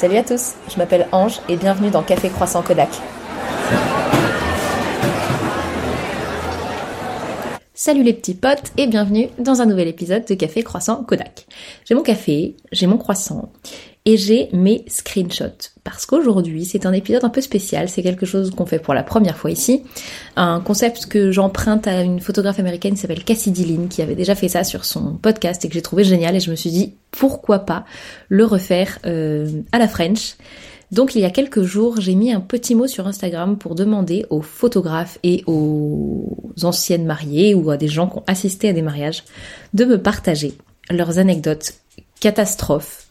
Salut à tous, je m'appelle Ange et bienvenue dans Café Croissant Kodak. Salut les petits potes et bienvenue dans un nouvel épisode de Café Croissant Kodak. J'ai mon café, j'ai mon croissant et j'ai mes screenshots. Parce qu'aujourd'hui, c'est un épisode un peu spécial, c'est quelque chose qu'on fait pour la première fois ici. Un concept que j'emprunte à une photographe américaine qui s'appelle Cassidy Lynn, qui avait déjà fait ça sur son podcast et que j'ai trouvé génial et je me suis dit, pourquoi pas le refaire à la French. Donc il y a quelques jours, j'ai mis un petit mot sur Instagram pour demander aux photographes et aux anciennes mariées ou à des gens qui ont assisté à des mariages de me partager leurs anecdotes catastrophes,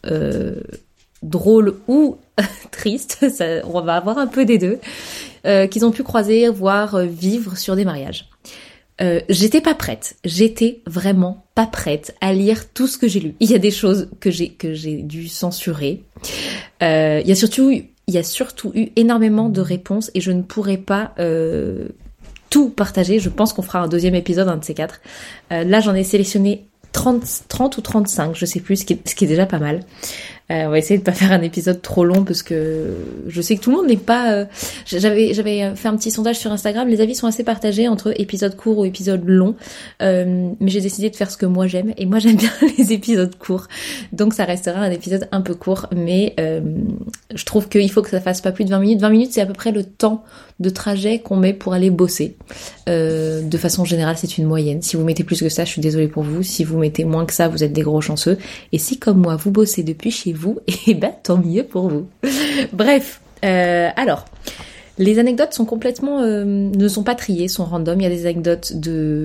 drôles ou tristes, on va avoir un peu des deux, qu'ils ont pu croiser, voire vivre sur des mariages. J'étais vraiment pas prête à lire tout ce que j'ai lu. Il y a des choses que j'ai dû censurer. Il y a surtout eu énormément de réponses et je ne pourrais pas tout partager. Je pense qu'on fera un deuxième épisode, un de ces quatre. Là, j'en ai sélectionné 30 ou 35, je sais plus, ce qui est déjà pas mal. On va essayer de pas faire un épisode trop long parce que je sais que tout le monde n'est pas... J'avais fait un petit sondage sur Instagram, les avis sont assez partagés entre épisodes courts ou épisodes longs, mais j'ai décidé de faire ce que moi j'aime, et moi j'aime bien les épisodes courts, donc ça restera un épisode un peu court, mais je trouve qu'il faut que ça fasse pas plus de 20 minutes. 20 minutes c'est à peu près le temps de trajet qu'on met pour aller bosser. De façon générale c'est une moyenne, si vous mettez plus que ça je suis désolée pour vous, si vous mettez moins que ça vous êtes des gros chanceux, et si comme moi vous bossez depuis chez vous, et ben tant mieux pour vous. Bref, alors les anecdotes sont complètement ne sont pas triées, sont random. Il y a des anecdotes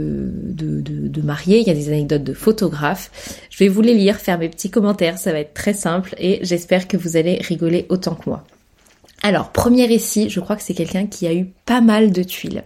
de mariés, il y a des anecdotes de photographes. Je vais vous les lire, faire mes petits commentaires, ça va être très simple et j'espère que vous allez rigoler autant que moi. Alors, premier récit, je crois que c'est quelqu'un qui a eu pas mal de tuiles.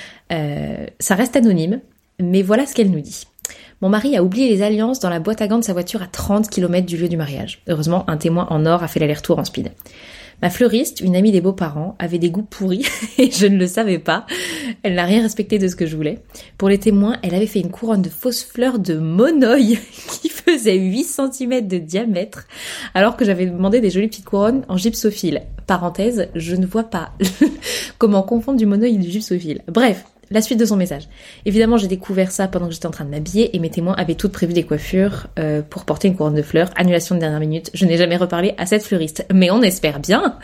Ça reste anonyme, mais voilà ce qu'elle nous dit. Mon mari a oublié les alliances dans la boîte à gants de sa voiture à 30 km du lieu du mariage. Heureusement, un témoin en or a fait l'aller-retour en speed. Ma fleuriste, une amie des beaux-parents, avait des goûts pourris et je ne le savais pas. Elle n'a rien respecté de ce que je voulais. Pour les témoins, elle avait fait une couronne de fausses fleurs de monoï qui faisait 8 cm de diamètre, alors que j'avais demandé des jolies petites couronnes en gypsophile. Parenthèse, je ne vois pas comment confondre du monoï et du gypsophile. Bref. La suite de son message. Évidemment, j'ai découvert ça pendant que j'étais en train de m'habiller et mes témoins avaient toutes prévu des coiffures pour porter une couronne de fleurs. Annulation de dernière minute. Je n'ai jamais reparlé à cette fleuriste. Mais on espère bien.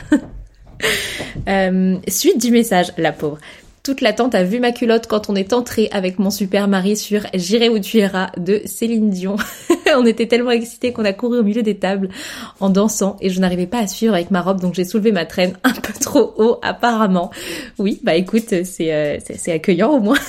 Suite du message, la pauvre. Toute la tente a vu ma culotte quand on est entré avec mon super mari sur J'irai où tu iras de Céline Dion. On était tellement excités qu'on a couru au milieu des tables en dansant et je n'arrivais pas à suivre avec ma robe, donc j'ai soulevé ma traîne un peu trop haut apparemment. Oui, bah écoute, c'est accueillant au moins.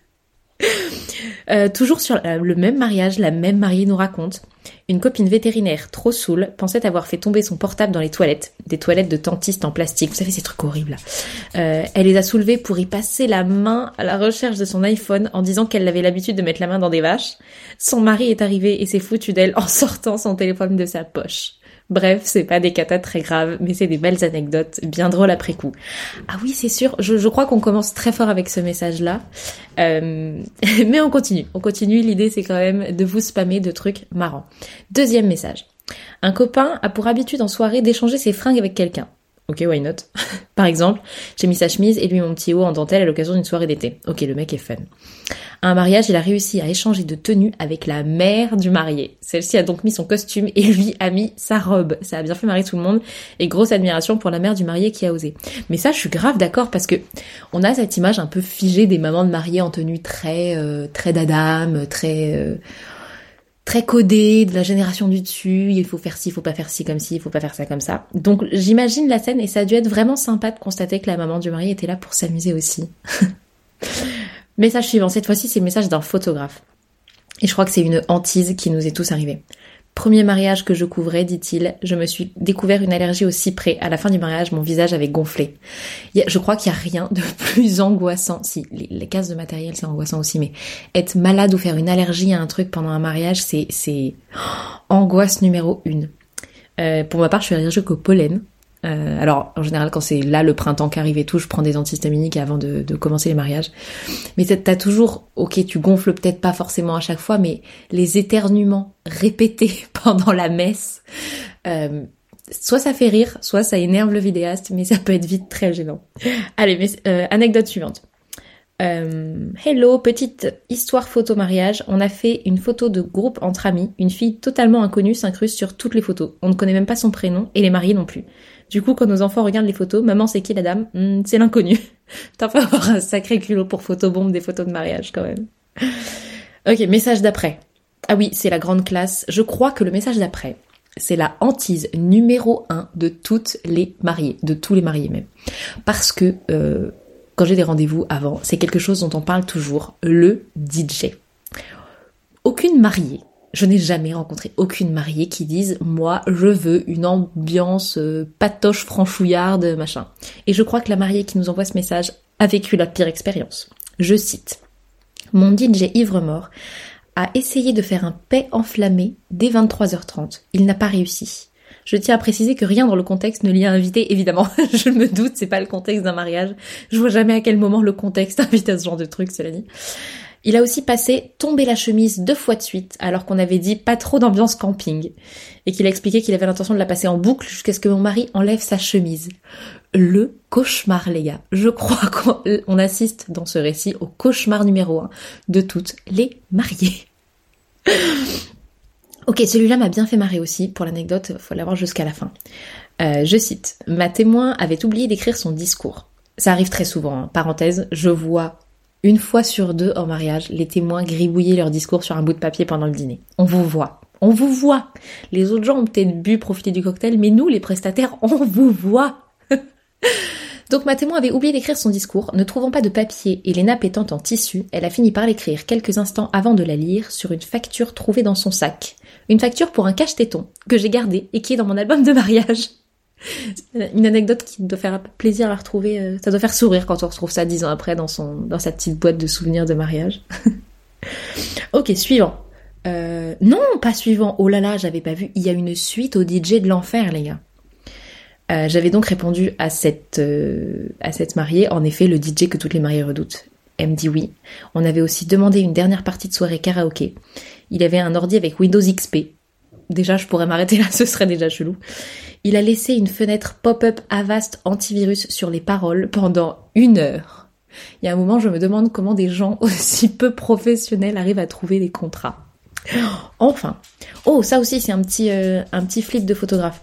Toujours sur le même mariage, la même mariée nous raconte. Une copine vétérinaire trop saoule pensait avoir fait tomber son portable dans les toilettes, des toilettes de dentiste en plastique, vous savez ces trucs horribles là. Elle les a soulevés pour y passer la main à la recherche de son iPhone en disant qu'elle avait l'habitude de mettre la main dans des vaches. Son mari est arrivé et s'est foutu d'elle en sortant son téléphone de sa poche. Bref, c'est pas des catas très graves, mais c'est des belles anecdotes, bien drôles après coup. Ah oui, c'est sûr, je crois qu'on commence très fort avec ce message-là. Mais on continue, l'idée c'est quand même de vous spammer de trucs marrants. Deuxième message. Un copain a pour habitude en soirée d'échanger ses fringues avec quelqu'un. Ok, why not? Par exemple, j'ai mis sa chemise et lui mon petit haut en dentelle à l'occasion d'une soirée d'été. Ok, le mec est fun. À un mariage, il a réussi à échanger de tenue avec la mère du marié. Celle-ci a donc mis son costume et lui a mis sa robe. Ça a bien fait marrer tout le monde et grosse admiration pour la mère du marié qui a osé. Mais ça, je suis grave d'accord parce que on a cette image un peu figée des mamans de mariés en tenue très d'adam, très codée, de la génération du dessus, il faut faire ci, il faut pas faire ci comme ci, il faut pas faire ça comme ça. Donc j'imagine la scène et ça a dû être vraiment sympa de constater que la maman du marié était là pour s'amuser aussi. Message suivant, cette fois-ci c'est le message d'un photographe. Et je crois que c'est une hantise qui nous est tous arrivée. Premier mariage que je couvrais, dit-il, je me suis découvert une allergie au cyprès. À la fin du mariage, mon visage avait gonflé. Je crois qu'il n'y a rien de plus angoissant. Si, les cases de matériel, c'est angoissant aussi, mais être malade ou faire une allergie à un truc pendant un mariage, c'est angoisse numéro 1. Pour ma part, je suis allergique au pollen. Alors, en général, quand c'est là le printemps qui arrive et tout, je prends des antihistaminiques avant de commencer les mariages. Mais t'as toujours, ok, tu gonfles peut-être pas forcément à chaque fois, mais les éternuements répétés pendant la messe, soit ça fait rire, soit ça énerve le vidéaste, mais ça peut être vite très gênant. Allez, anecdote suivante. Hello, petite histoire photo mariage. On a fait une photo de groupe entre amis. Une fille totalement inconnue s'incruste sur toutes les photos. On ne connaît même pas son prénom et les mariés non plus. Du coup, quand nos enfants regardent les photos, maman c'est qui la dame? C'est l'inconnu. T'as pas avoir un sacré culot pour photobombe des photos de mariage quand même. Ok, message d'après. Ah oui, c'est la grande classe. Je crois que le message d'après, c'est la hantise numéro 1 de toutes les mariées, de tous les mariés même. Parce que quand j'ai des rendez-vous avant, c'est quelque chose dont on parle toujours, le DJ. Aucune mariée, je n'ai jamais rencontré aucune mariée qui dise « Moi, je veux une ambiance patoche franchouillarde, machin ». Et je crois que la mariée qui nous envoie ce message a vécu la pire expérience. Je cite « Mon DJ ivre-mort a essayé de faire un paix enflammé dès 23h30. Il n'a pas réussi. Je tiens à préciser que rien dans le contexte ne l'y a invité, évidemment. Je me doute, c'est pas le contexte d'un mariage. Je vois jamais à quel moment le contexte invite à ce genre de truc, cela dit. Il a aussi passé tomber la chemise 2 fois de suite, alors qu'on avait dit pas trop d'ambiance camping. Et qu'il a expliqué qu'il avait l'intention de la passer en boucle jusqu'à ce que mon mari enlève sa chemise. Le cauchemar, les gars. Je crois qu'on assiste dans ce récit au cauchemar numéro 1 de toutes les mariées. Ok, celui-là m'a bien fait marrer aussi. Pour l'anecdote, faut l'avoir jusqu'à la fin. Je cite. Ma témoin avait oublié d'écrire son discours. Ça arrive très souvent. Hein. Parenthèse, je vois 1 fois sur 2 en mariage les témoins gribouiller leur discours sur un bout de papier pendant le dîner. On vous voit. On vous voit. Les autres gens ont peut-être bu, profité du cocktail, mais nous, les prestataires, on vous voit. Donc ma témoin avait oublié d'écrire son discours, ne trouvant pas de papier et les nappes étant en tissu, elle a fini par l'écrire quelques instants avant de la lire sur une facture trouvée dans son sac. Une facture pour un cache-téton que j'ai gardé et qui est dans mon album de mariage. Une anecdote qui doit faire plaisir à retrouver, ça doit faire sourire quand on retrouve ça 10 ans après dans sa petite boîte de souvenirs de mariage. Ok, suivant. Non, pas suivant. Oh là là, j'avais pas vu. Il y a une suite au DJ de l'enfer, les gars. J'avais donc répondu à cette mariée, en effet, le DJ que toutes les mariées redoutent. Elle me dit oui. On avait aussi demandé une dernière partie de soirée karaoké. Il avait un ordi avec Windows XP. Déjà, je pourrais m'arrêter là, ce serait déjà chelou. Il a laissé une fenêtre pop-up Avast antivirus sur les paroles pendant 1 heure. Il y a un moment, je me demande comment des gens aussi peu professionnels arrivent à trouver des contrats. Enfin. Oh, ça aussi, c'est un petit flip de photographe.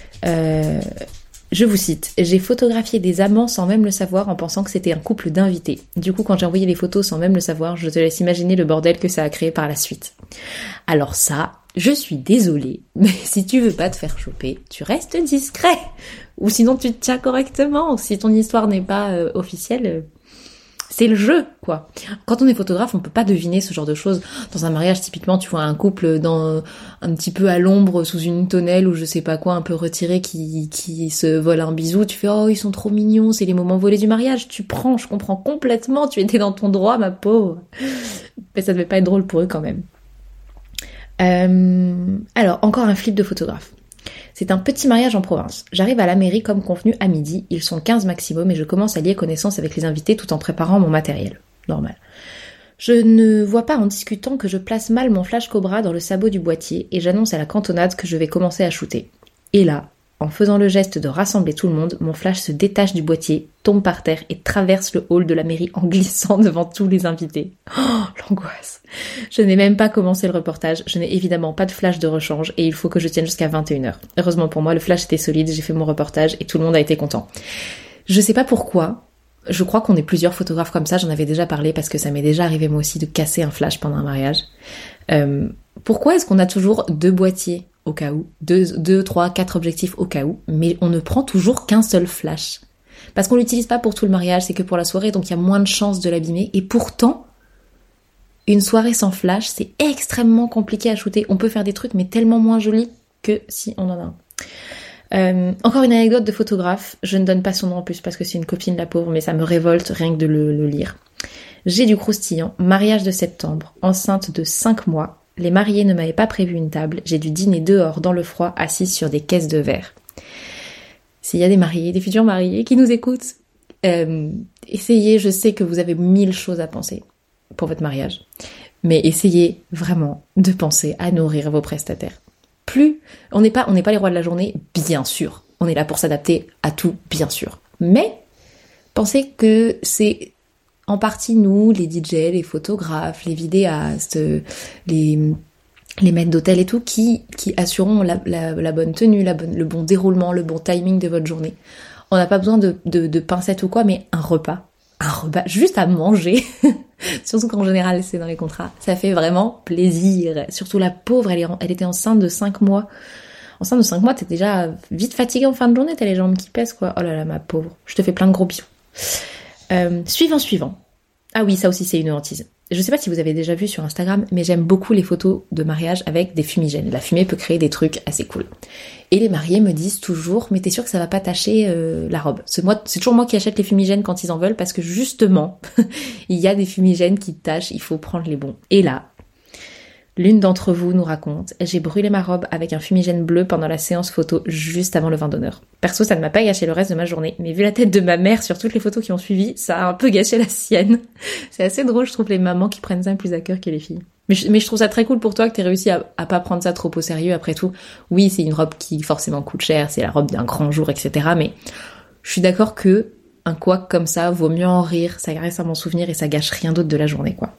Je vous cite, j'ai photographié des amants sans même le savoir en pensant que c'était un couple d'invités. Du coup, quand j'ai envoyé les photos sans même le savoir, je te laisse imaginer le bordel que ça a créé par la suite. Alors ça, je suis désolée, mais si tu veux pas te faire choper, tu restes discret. Ou sinon tu te tiens correctement. Si ton histoire n'est pas officielle, c'est le jeu, quoi. Quand on est photographe, on peut pas deviner ce genre de choses. Dans un mariage, typiquement, tu vois un couple un petit peu à l'ombre, sous une tonnelle ou je sais pas quoi, un peu retiré, qui se vole un bisou. Tu fais, oh, ils sont trop mignons, c'est les moments volés du mariage. Tu prends, je comprends complètement, tu étais dans ton droit, ma pauvre. Mais ça devait pas être drôle pour eux quand même. Alors, encore un flip de photographe. C'est un petit mariage en province. J'arrive à la mairie comme convenu à midi, ils sont 15 maximum et je commence à lier connaissance avec les invités tout en préparant mon matériel. Normal. Je ne vois pas en discutant que je place mal mon flash Cobra dans le sabot du boîtier et j'annonce à la cantonade que je vais commencer à shooter. Et là, en faisant le geste de rassembler tout le monde, mon flash se détache du boîtier, tombe par terre et traverse le hall de la mairie en glissant devant tous les invités. Oh, l'angoisse. Je n'ai même pas commencé le reportage, je n'ai évidemment pas de flash de rechange et il faut que je tienne jusqu'à 21h. Heureusement pour moi, le flash était solide, j'ai fait mon reportage et tout le monde a été content. Je sais pas pourquoi, je crois qu'on est plusieurs photographes comme ça, j'en avais déjà parlé parce que ça m'est déjà arrivé moi aussi de casser un flash pendant un mariage. Pourquoi est-ce qu'on a toujours 2 boîtiers au cas où, 2, 3, 4 objectifs au cas où, mais on ne prend toujours qu'un seul flash. Parce qu'on l'utilise pas pour tout le mariage, c'est que pour la soirée, donc il y a moins de chances de l'abîmer. Et pourtant, une soirée sans flash, c'est extrêmement compliqué à shooter. On peut faire des trucs, mais tellement moins jolis que si on en a un. Encore une anecdote de photographe, je ne donne pas son nom en plus parce que c'est une copine, la pauvre, mais ça me révolte rien que de le lire. J'ai du croustillant, mariage de septembre, enceinte de 5 mois. Les mariés ne m'avaient pas prévu une table, j'ai dû dîner dehors dans le froid, assise sur des caisses de verre. S'il y a des mariés, des futurs mariés qui nous écoutent, essayez, je sais que vous avez 1000 choses à penser pour votre mariage, mais essayez vraiment de penser à nourrir vos prestataires. on n'est pas les rois de la journée, bien sûr. On est là pour s'adapter à tout, bien sûr. Mais pensez que c'est en partie nous, les DJ, les photographes, les vidéastes, les maîtres d'hôtel et tout, qui assureront la bonne tenue, le bon déroulement, le bon timing de votre journée. On n'a pas besoin de pincettes ou quoi, mais un repas juste à manger, surtout qu'en général c'est dans les contrats, ça fait vraiment plaisir. Surtout la pauvre, elle était enceinte de 5 mois. Enceinte de 5 mois, t'es déjà vite fatiguée en fin de journée, t'as les jambes qui pèsent quoi. Oh là là, ma pauvre, je te fais plein de gros bisous. Suivant. Ah oui, ça aussi c'est une hantise. Je sais pas si vous avez déjà vu sur Instagram, mais j'aime beaucoup les photos de mariage avec des fumigènes. La fumée peut créer des trucs assez cool. Et les mariés me disent toujours, mais t'es sûr que ça va pas tacher la robe? C'est toujours moi qui achète les fumigènes quand ils en veulent, parce que justement, il y a des fumigènes qui tachent, il faut prendre les bons. Et là, l'une d'entre vous nous raconte, j'ai brûlé ma robe avec un fumigène bleu pendant la séance photo juste avant le vin d'honneur. Perso, ça ne m'a pas gâché le reste de ma journée, mais vu la tête de ma mère sur toutes les photos qui ont suivi, ça a un peu gâché la sienne. C'est assez drôle, je trouve, les mamans qui prennent ça plus à cœur que les filles. Mais je trouve ça très cool pour toi que t'aies réussi à pas prendre ça trop au sérieux après tout. Oui, c'est une robe qui forcément coûte cher, c'est la robe d'un grand jour, etc. Mais je suis d'accord que un couac comme ça, vaut mieux en rire, ça reste un bon souvenir et ça gâche rien d'autre de la journée, quoi.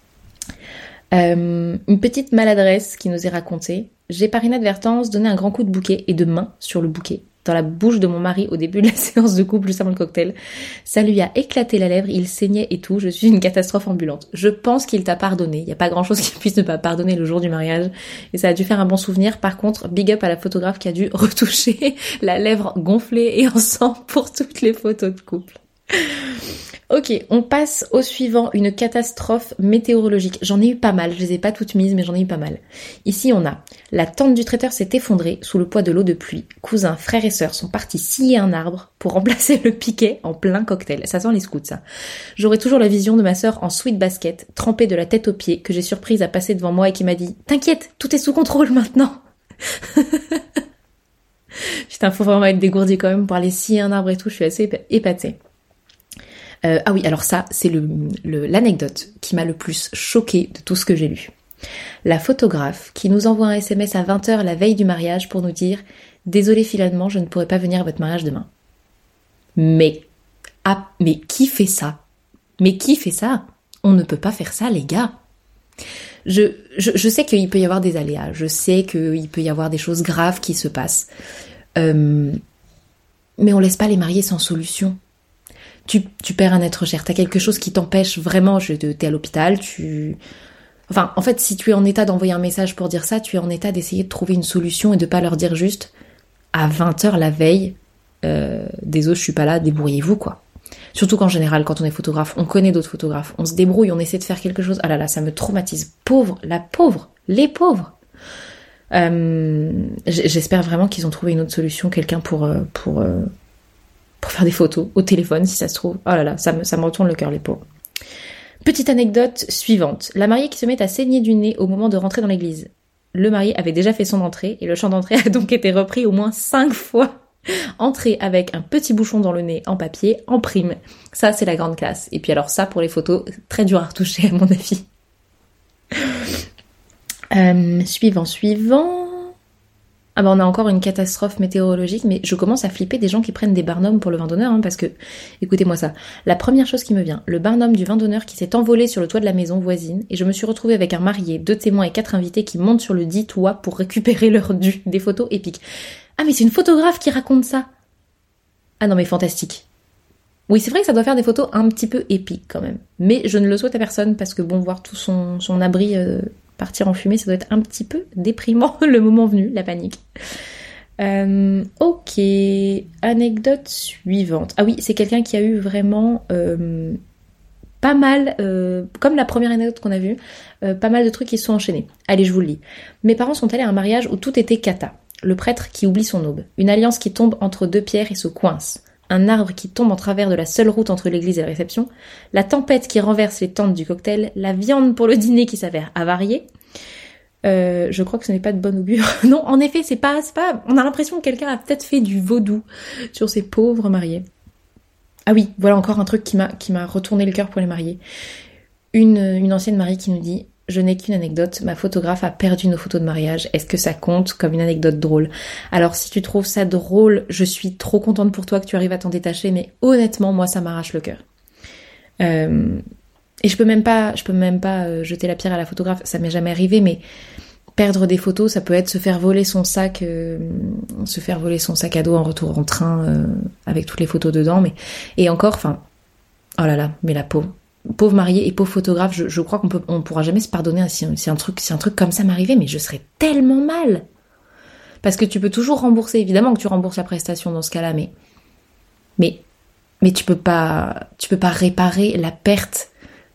Une petite maladresse qui nous est racontée. J'ai par inadvertance donné un grand coup de bouquet et de main sur le bouquet dans la bouche de mon mari au début de la séance de couple juste avant le cocktail. Ça lui a éclaté la lèvre, il saignait et tout, je suis une catastrophe ambulante. Je pense qu'il t'a pardonné, il n'y a pas grand chose qu'il puisse ne pas pardonner le jour du mariage et ça a dû faire un bon souvenir. Par contre, big up à la photographe qui a dû retoucher la lèvre gonflée et en sang pour toutes les photos de couple. Ok, on passe au suivant, une catastrophe météorologique. J'en ai eu pas mal, je les ai pas toutes mises, mais j'en ai eu pas mal. Ici, on a la tente du traiteur s'est effondrée sous le poids de l'eau de pluie. Cousins, frères et sœurs sont partis scier un arbre pour remplacer le piquet en plein cocktail. Ça sent les scouts, ça. J'aurai toujours la vision de ma sœur en sweat basket, trempée de la tête aux pieds, que j'ai surprise à passer devant moi et qui m'a dit « T'inquiète, tout est sous contrôle maintenant !» Putain, faut vraiment être dégourdi quand même pour aller scier un arbre et tout, je suis assez épatée. Ah oui, alors ça, c'est l'anecdote qui m'a le plus choquée de tout ce que j'ai lu. La photographe qui nous envoie un SMS à 20h la veille du mariage pour nous dire « Désolée finalement, je ne pourrai pas venir à votre mariage demain. » Mais qui fait ça? Mais qui fait ça? On ne peut pas faire ça, les gars. Je sais qu'il peut y avoir des aléas, je sais qu'il peut y avoir des choses graves qui se passent. Mais on laisse pas les mariés sans solution. Tu perds un être cher, t'as quelque chose qui t'empêche vraiment, t'es à l'hôpital, Enfin, en fait, si tu es en état d'envoyer un message pour dire ça, tu es en état d'essayer de trouver une solution et de pas leur dire juste à 20h la veille, désolé, je suis pas là, débrouillez-vous, quoi. Surtout qu'en général, quand on est photographe, on connaît d'autres photographes, on se débrouille, on essaie de faire quelque chose. Ah là là, ça me traumatise. Les pauvres. J'espère vraiment qu'ils ont trouvé une autre solution, quelqu'un pour faire des photos au téléphone si ça se trouve. Oh là là, ça me retourne le cœur, les pauvres. Petite anecdote suivante. La mariée qui se met à saigner du nez au moment de rentrer dans l'église. Le marié avait déjà fait son entrée et le chant d'entrée a donc été repris au moins 5 fois. Entrée avec un petit bouchon dans le nez en papier, en prime. Ça, c'est la grande classe. Et puis alors ça, pour les photos, très dur à retoucher à mon avis. Suivant. Ah bah on a encore une catastrophe météorologique, mais je commence à flipper des gens qui prennent des barnums pour le vin d'honneur, parce que, écoutez-moi ça, la première chose qui me vient, le barnum du vin d'honneur qui s'est envolé sur le toit de la maison voisine, et je me suis retrouvée avec un marié, 2 témoins et 4 invités qui montent sur le dit toit pour récupérer leur dû, des photos épiques. Ah mais c'est une photographe qui raconte ça. Ah non mais fantastique. Oui, c'est vrai que ça doit faire des photos un petit peu épiques quand même, mais je ne le souhaite à personne, parce que bon, voir tout son abri... partir en fumée, ça doit être un petit peu déprimant le moment venu, la panique. Ok, anecdote suivante. Ah oui, c'est quelqu'un qui a eu vraiment pas mal, comme la première anecdote qu'on a vue, pas mal de trucs qui se sont enchaînés. Allez, je vous le lis. Mes parents sont allés à un mariage où tout était cata. Le prêtre qui oublie son aube. Une alliance qui tombe entre 2 pierres et se coince. Un arbre qui tombe en travers de la seule route entre l'église et la réception, la tempête qui renverse les tentes du cocktail, la viande pour le dîner qui s'avère avariée. Je crois que ce n'est pas de bon augure. Non, en effet, c'est pas... On a l'impression que quelqu'un a peut-être fait du vaudou sur ces pauvres mariés. Ah oui, voilà encore un truc qui m'a retourné le cœur pour les mariés. Une ancienne mariée qui nous dit je n'ai qu'une anecdote. Ma photographe a perdu nos photos de mariage. Est-ce que ça compte comme une anecdote drôle? Alors si tu trouves ça drôle, je suis trop contente pour toi que tu arrives à t'en détacher, mais honnêtement, moi ça m'arrache le cœur. Et je peux même pas jeter la pierre à la photographe, ça m'est jamais arrivé, mais perdre des photos, ça peut être se faire voler son sac à dos en retour en train avec toutes les photos dedans, et encore, enfin, oh là là, mais la pauvre mariée et pauvre photographe, je crois qu'on pourra jamais se pardonner si un truc comme ça m'arrivait, mais je serais tellement mal. Parce que tu peux toujours rembourser, évidemment que tu rembourses la prestation dans ce cas-là, mais tu peux pas réparer la perte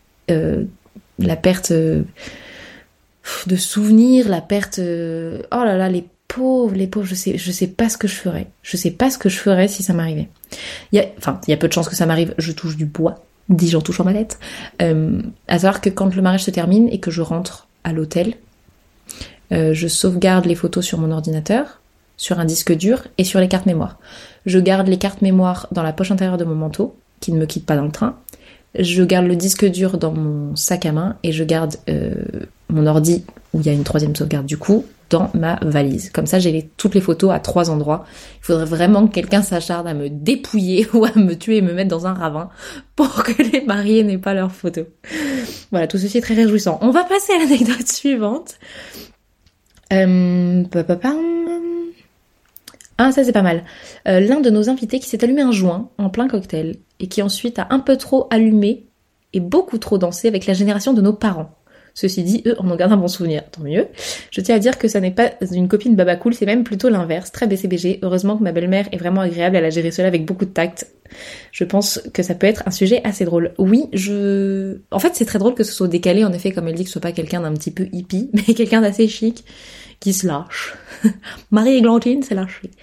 de souvenirs, la perte, oh là là, les pauvres, je sais pas ce que je ferais. Je sais pas ce que je ferais si ça m'arrivait. Il y a peu de chances que ça m'arrive, je touche du bois, dis j'en touche en manette. À savoir que quand le mariage se termine et que je rentre à l'hôtel, je sauvegarde les photos sur mon ordinateur, sur un disque dur et sur les cartes mémoire. Je garde les cartes mémoire dans la poche intérieure de mon manteau, qui ne me quitte pas dans le train. Je garde le disque dur dans mon sac à main et je garde mon ordi, où il y a une 3e sauvegarde du coup, dans ma valise. Comme ça, j'ai toutes les photos à 3 endroits. Il faudrait vraiment que quelqu'un s'acharne à me dépouiller ou à me tuer et me mettre dans un ravin pour que les mariés n'aient pas leurs photos. Voilà, tout ceci est très réjouissant. On va passer à l'anecdote suivante. Ah, ça c'est pas mal. L'un de nos invités qui s'est allumé un joint en plein cocktail et qui ensuite a un peu trop allumé et beaucoup trop dansé avec la génération de nos parents. Ceci dit, eux en ont gardé un bon souvenir, tant mieux. Je tiens à dire que ça n'est pas une copine baba cool, c'est même plutôt l'inverse, très BCBG. Heureusement que ma belle-mère est vraiment agréable, elle a géré cela avec beaucoup de tact. Je pense que ça peut être un sujet assez drôle. Oui, en fait c'est très drôle que ce soit décalé, en effet, comme elle dit, que ce soit pas quelqu'un d'un petit peu hippie, mais quelqu'un d'assez chic, qui se lâche. Marie-Églantine s'est lâchée.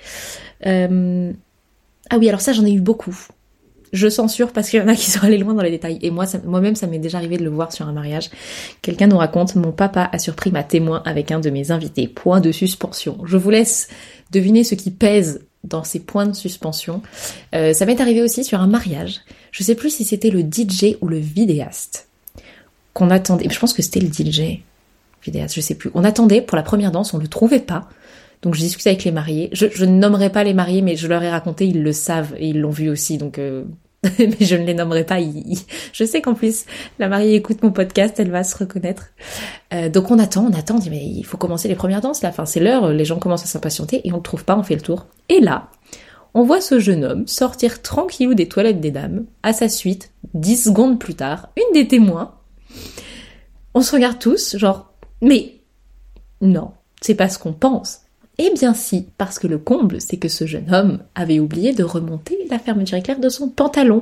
Ah oui, alors ça j'en ai eu beaucoup. Je censure parce qu'il y en a qui sont allés loin dans les détails. Et moi-même, ça m'est déjà arrivé de le voir sur un mariage. Quelqu'un nous raconte: mon papa a surpris ma témoin avec un de mes invités. Point de suspension. Je vous laisse deviner ce qui pèse dans ces points de suspension. Ça m'est arrivé aussi sur un mariage. Je sais plus si c'était le DJ ou le vidéaste qu'on attendait. Je pense que c'était le DJ. Vidéaste, je sais plus. On attendait pour la première danse, on le trouvait pas. Donc je discutais avec les mariés. Je ne nommerai pas les mariés, mais je leur ai raconté, ils le savent et ils l'ont vu aussi. Donc, mais je ne les nommerai pas. Je sais qu'en plus la mariée écoute mon podcast, elle va se reconnaître. Donc on attend. On dit mais il faut commencer les premières danses là. Enfin c'est l'heure, les gens commencent à s'impatienter et on le trouve pas. On fait le tour. Et là, on voit ce jeune homme sortir tranquillou des toilettes des dames. À sa suite, 10 secondes plus tard, une des témoins. On se regarde tous, genre mais non, c'est pas ce qu'on pense. Eh bien si, parce que le comble, c'est que ce jeune homme avait oublié de remonter la fermeture éclair de son pantalon.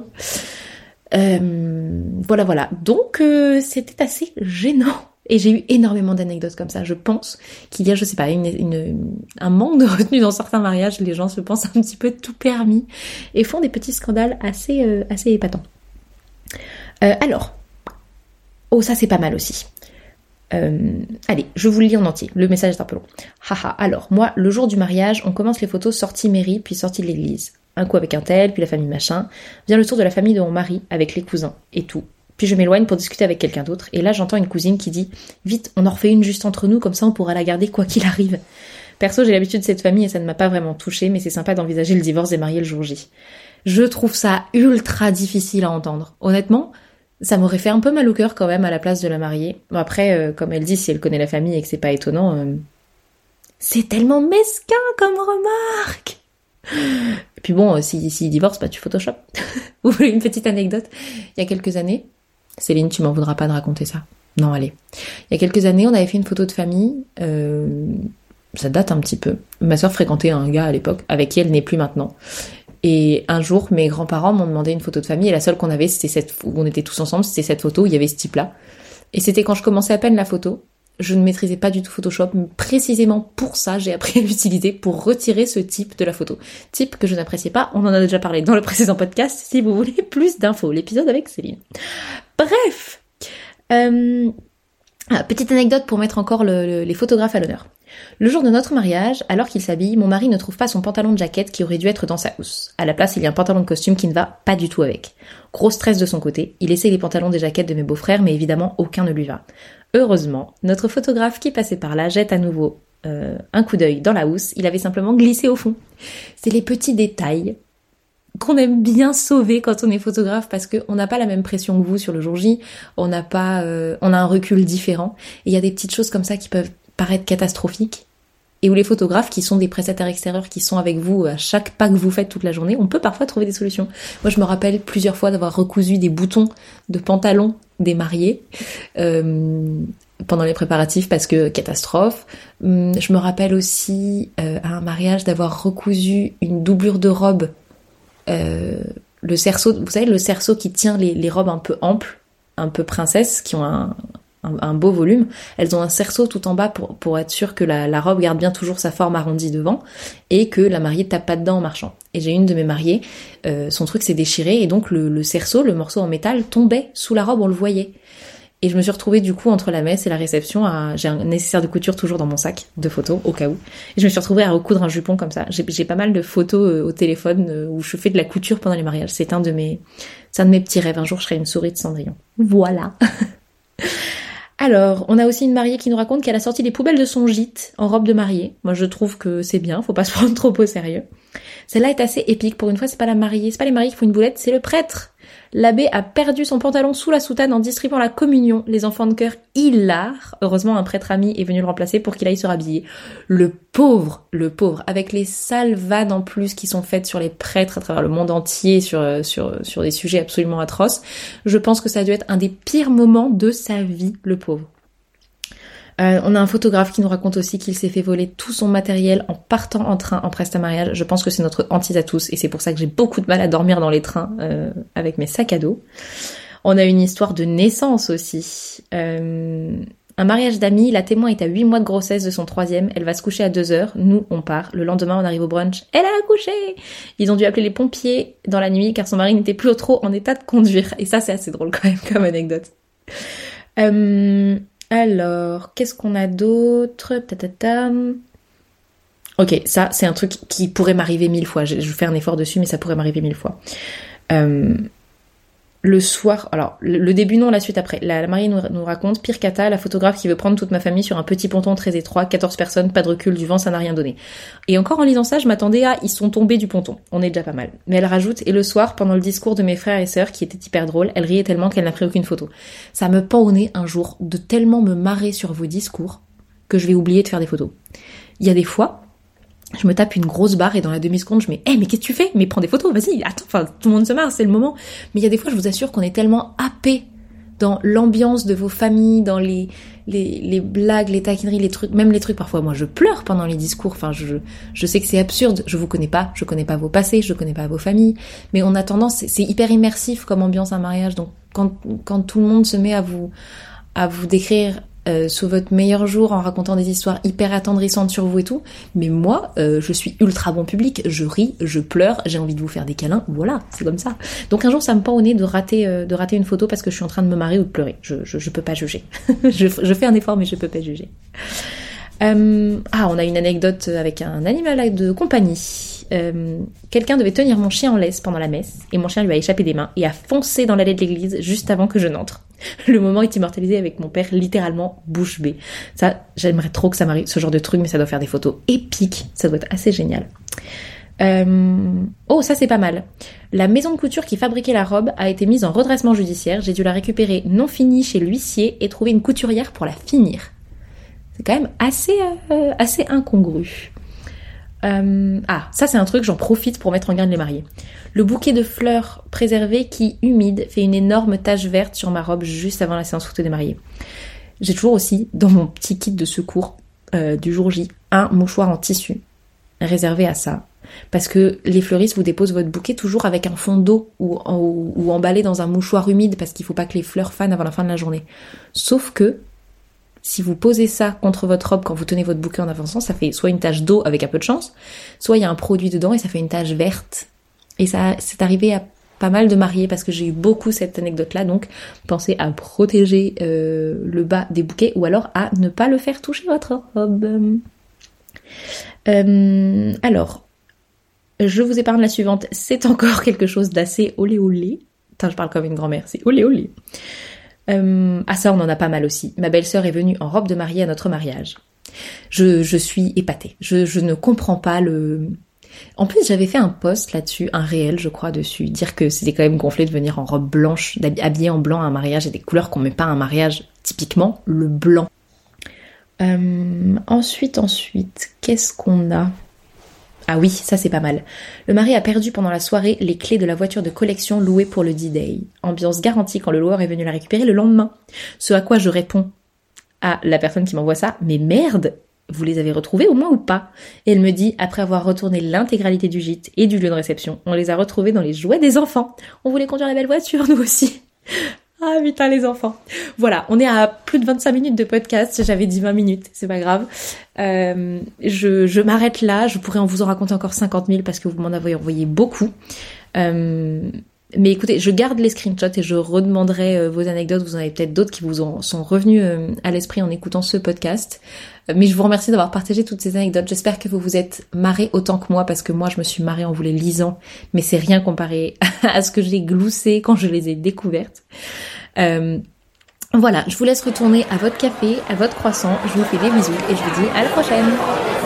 Voilà. Donc, c'était assez gênant. Et j'ai eu énormément d'anecdotes comme ça. Je pense qu'il y a, je sais pas, un manque de retenue dans certains mariages. Les gens se pensent un petit peu tout permis et font des petits scandales assez épatants. Alors, ça c'est pas mal aussi. Allez, je vous le lis en entier, le message est un peu long. Haha, alors, moi, le jour du mariage, on commence les photos sortie mairie, puis sortie de l'église. Un coup avec un tel, puis la famille machin. Vient le tour de la famille de mon mari, avec les cousins, et tout. Puis je m'éloigne pour discuter avec quelqu'un d'autre, et là j'entends une cousine qui dit « Vite, on en refait une juste entre nous, comme ça on pourra la garder quoi qu'il arrive. » Perso, j'ai l'habitude de cette famille et ça ne m'a pas vraiment touchée, mais c'est sympa d'envisager le divorce des mariés le jour J. Je trouve ça ultra difficile à entendre. Honnêtement, ça m'aurait fait un peu mal au cœur quand même à la place de la mariée. Bon après, comme elle dit, si elle connaît la famille et que c'est pas étonnant, c'est tellement mesquin comme remarque. Et puis bon, s'il divorce, bah tu photoshop. Vous voulez une petite anecdote? Il y a quelques années, Céline, tu m'en voudras pas de raconter ça. Non, allez. Il y a quelques années, on avait fait une photo de famille, ça date un petit peu. Ma sœur fréquentait un gars à l'époque, avec qui elle n'est plus maintenant. Et un jour, mes grands-parents m'ont demandé une photo de famille, et la seule qu'on avait, c'était cette où on était tous ensemble, c'était cette photo où il y avait ce type-là. Et c'était quand je commençais à peine la photo, je ne maîtrisais pas du tout Photoshop, mais précisément pour ça, j'ai appris à l'utiliser pour retirer ce type de la photo. Type que je n'appréciais pas, on en a déjà parlé dans le précédent podcast, si vous voulez plus d'infos, l'épisode avec Céline. Bref, Ah, petite anecdote pour mettre encore les photographes à l'honneur. Le jour de notre mariage, alors qu'il s'habille, mon mari ne trouve pas son pantalon de jaquette qui aurait dû être dans sa housse. À la place, il y a un pantalon de costume qui ne va pas du tout avec. Gros stress de son côté, il essaie les pantalons des jaquettes de mes beaux-frères, mais évidemment, aucun ne lui va. Heureusement, notre photographe qui passait par là jette à nouveau un coup d'œil dans la housse, il avait simplement glissé au fond. C'est les petits détails qu'on aime bien sauver quand on est photographe parce qu'on n'a pas la même pression que vous sur le jour J, on a un recul différent, et il y a des petites choses comme ça qui peuvent paraître catastrophiques, et où les photographes qui sont des prestataires extérieurs qui sont avec vous à chaque pas que vous faites toute la journée, on peut parfois trouver des solutions. Moi je me rappelle plusieurs fois d'avoir recousu des boutons de pantalon des mariés pendant les préparatifs parce que catastrophe. Je me rappelle aussi à un mariage d'avoir recousu une doublure de robe, le cerceau, vous savez le cerceau qui tient les robes un peu amples, un peu princesses, qui ont un beau volume, elles ont un cerceau tout en bas pour être sûr que la robe garde bien toujours sa forme arrondie devant et que la mariée tape pas dedans en marchant. Et j'ai une de mes mariées, son truc s'est déchiré et donc le cerceau, le morceau en métal tombait sous la robe, on le voyait. Et je me suis retrouvée du coup entre la messe et la réception j'ai un nécessaire de couture toujours dans mon sac de photos au cas où. Et je me suis retrouvée à recoudre un jupon comme ça. J'ai pas mal de photos au téléphone où je fais de la couture pendant les mariages. C'est un de mes petits rêves. Un jour je serai une souris de Cendrillon. Voilà. Alors, on a aussi une mariée qui nous raconte qu'elle a sorti les poubelles de son gîte en robe de mariée. Moi, je trouve que c'est bien, faut pas se prendre trop au sérieux. Celle-là est assez épique. Pour une fois, c'est pas les mariés qui font une boulette, c'est le prêtre. L'abbé a perdu son pantalon sous la soutane en distribuant la communion. Les enfants de chœur hilarent. Heureusement, un prêtre ami est venu le remplacer pour qu'il aille se rhabiller. Le pauvre, avec les sales vannes en plus qui sont faites sur les prêtres à travers le monde entier, sur des sujets absolument atroces. Je pense que ça a dû être un des pires moments de sa vie, le pauvre. On a un photographe qui nous raconte aussi qu'il s'est fait voler tout son matériel en partant en train en presta-mariage. Je pense que c'est notre hantise à tous et c'est pour ça que j'ai beaucoup de mal à dormir dans les trains avec mes sacs à dos. On a une histoire de naissance aussi. Un mariage d'amis, la témoin est à 8 mois de grossesse de son 3e, elle va se coucher à 2h, nous on part, le lendemain on arrive au brunch, elle a accouché. Ils ont dû appeler les pompiers dans la nuit car son mari n'était plus trop en état de conduire. Et ça c'est assez drôle quand même comme anecdote. Alors, qu'est-ce qu'on a d'autre ? Ok, ça, c'est un truc qui pourrait m'arriver 1000 fois. Je fais un effort dessus, mais ça pourrait m'arriver 1000 fois. Le soir, alors, le début non, la suite après. La mariée nous raconte, pire cata, la photographe qui veut prendre toute ma famille sur un petit ponton très étroit, 14 personnes, pas de recul, du vent, ça n'a rien donné. Et encore en lisant ça, je m'attendais à, ils sont tombés du ponton. On est déjà pas mal. Mais elle rajoute, et le soir, pendant le discours de mes frères et sœurs, qui était hyper drôle, elle riait tellement qu'elle n'a pris aucune photo. Ça me pend au nez un jour de tellement me marrer sur vos discours que je vais oublier de faire des photos. Il y a des fois, je me tape une grosse barre et dans la demi-seconde, je mets « mais qu'est-ce que tu fais ? Mais prends des photos, vas-y, attends, enfin, tout le monde se marre, c'est le moment. » Mais il y a des fois, je vous assure qu'on est tellement happé dans l'ambiance de vos familles, dans les blagues, les taquineries, les trucs, même les trucs, parfois, moi, je pleure pendant les discours, enfin, je sais que c'est absurde, je connais pas vos passés, je connais pas vos familles, mais on a tendance, c'est hyper immersif comme ambiance un mariage, donc quand tout le monde se met à vous décrire sous votre meilleur jour en racontant des histoires hyper attendrissantes sur vous et tout, mais moi je suis ultra bon public, je ris, je pleure, j'ai envie de vous faire des câlins, voilà, c'est comme ça. Donc un jour ça me pend au nez de rater une photo parce que je suis en train de me marrer ou de pleurer, je peux pas juger. je fais un effort mais je peux pas juger. On a une anecdote avec un animal de compagnie. Quelqu'un devait tenir mon chien en laisse pendant la messe et mon chien lui a échappé des mains et a foncé dans l'allée de l'église juste avant que je n'entre. Le moment est immortalisé avec mon père littéralement bouche bée. Ça, j'aimerais trop que ça m'arrive ce genre de truc, mais ça doit faire des photos épiques, ça doit être assez génial. Ça c'est pas mal. La maison de couture qui fabriquait la robe a été mise en redressement judiciaire, j'ai dû la récupérer non finie chez l'huissier et trouver une couturière pour la finir. C'est quand même assez incongru. Ça c'est un truc, j'en profite pour mettre en garde les mariés. Le bouquet de fleurs préservées qui, humide, fait une énorme tache verte sur ma robe juste avant la séance photo des mariés. J'ai toujours aussi, dans mon petit kit de secours du jour J, un mouchoir en tissu réservé à ça. Parce que les fleuristes vous déposent votre bouquet toujours avec un fond d'eau ou emballé dans un mouchoir humide parce qu'il faut pas que les fleurs fanent avant la fin de la journée. Sauf que si vous posez ça contre votre robe quand vous tenez votre bouquet en avançant, ça fait soit une tache d'eau avec un peu de chance, soit il y a un produit dedans et ça fait une tache verte. Et ça, c'est arrivé à pas mal de mariés parce que j'ai eu beaucoup cette anecdote-là, donc pensez à protéger le bas des bouquets ou alors à ne pas le faire toucher votre robe. Alors, je vous épargne la suivante, c'est encore quelque chose d'assez olé olé. Putain, je parle comme une grand-mère, c'est olé olé. Ça, on en a pas mal aussi. Ma belle-sœur est venue en robe de mariée à notre mariage. Je suis épatée. Je ne comprends pas le... En plus, j'avais fait un post là-dessus, un réel, je crois, dessus, dire que c'était quand même gonflé de venir en robe blanche, d'habiller en blanc à un mariage et des couleurs qu'on met pas à un mariage, typiquement le blanc. Ensuite, qu'est-ce qu'on a ? Ah oui, ça c'est pas mal. Le mari a perdu pendant la soirée les clés de la voiture de collection louée pour le D-Day. Ambiance garantie quand le loueur est venu la récupérer le lendemain. Ce à quoi je réponds à la personne qui m'envoie ça, mais merde, vous les avez retrouvés au moins ou pas ? Et elle me dit, après avoir retourné l'intégralité du gîte et du lieu de réception, on les a retrouvés dans les jouets des enfants. On voulait conduire la belle voiture, nous aussi. Ah putain, les enfants. Voilà, on est à plus de 25 minutes de podcast, j'avais dit 20 minutes, c'est pas grave. Je m'arrête là, je pourrais vous en raconter encore 50 000 parce que vous m'en avez envoyé beaucoup. Mais écoutez, je garde les screenshots et je redemanderai vos anecdotes. Vous en avez peut-être d'autres qui vous sont revenus à l'esprit en écoutant ce podcast. Mais je vous remercie d'avoir partagé toutes ces anecdotes. J'espère que vous vous êtes marrés autant que moi parce que moi je me suis marrée en vous les lisant. Mais c'est rien comparé à ce que j'ai gloussé quand je les ai découvertes. Voilà, je vous laisse retourner à votre café, à votre croissant. Je vous fais des bisous et je vous dis à la prochaine.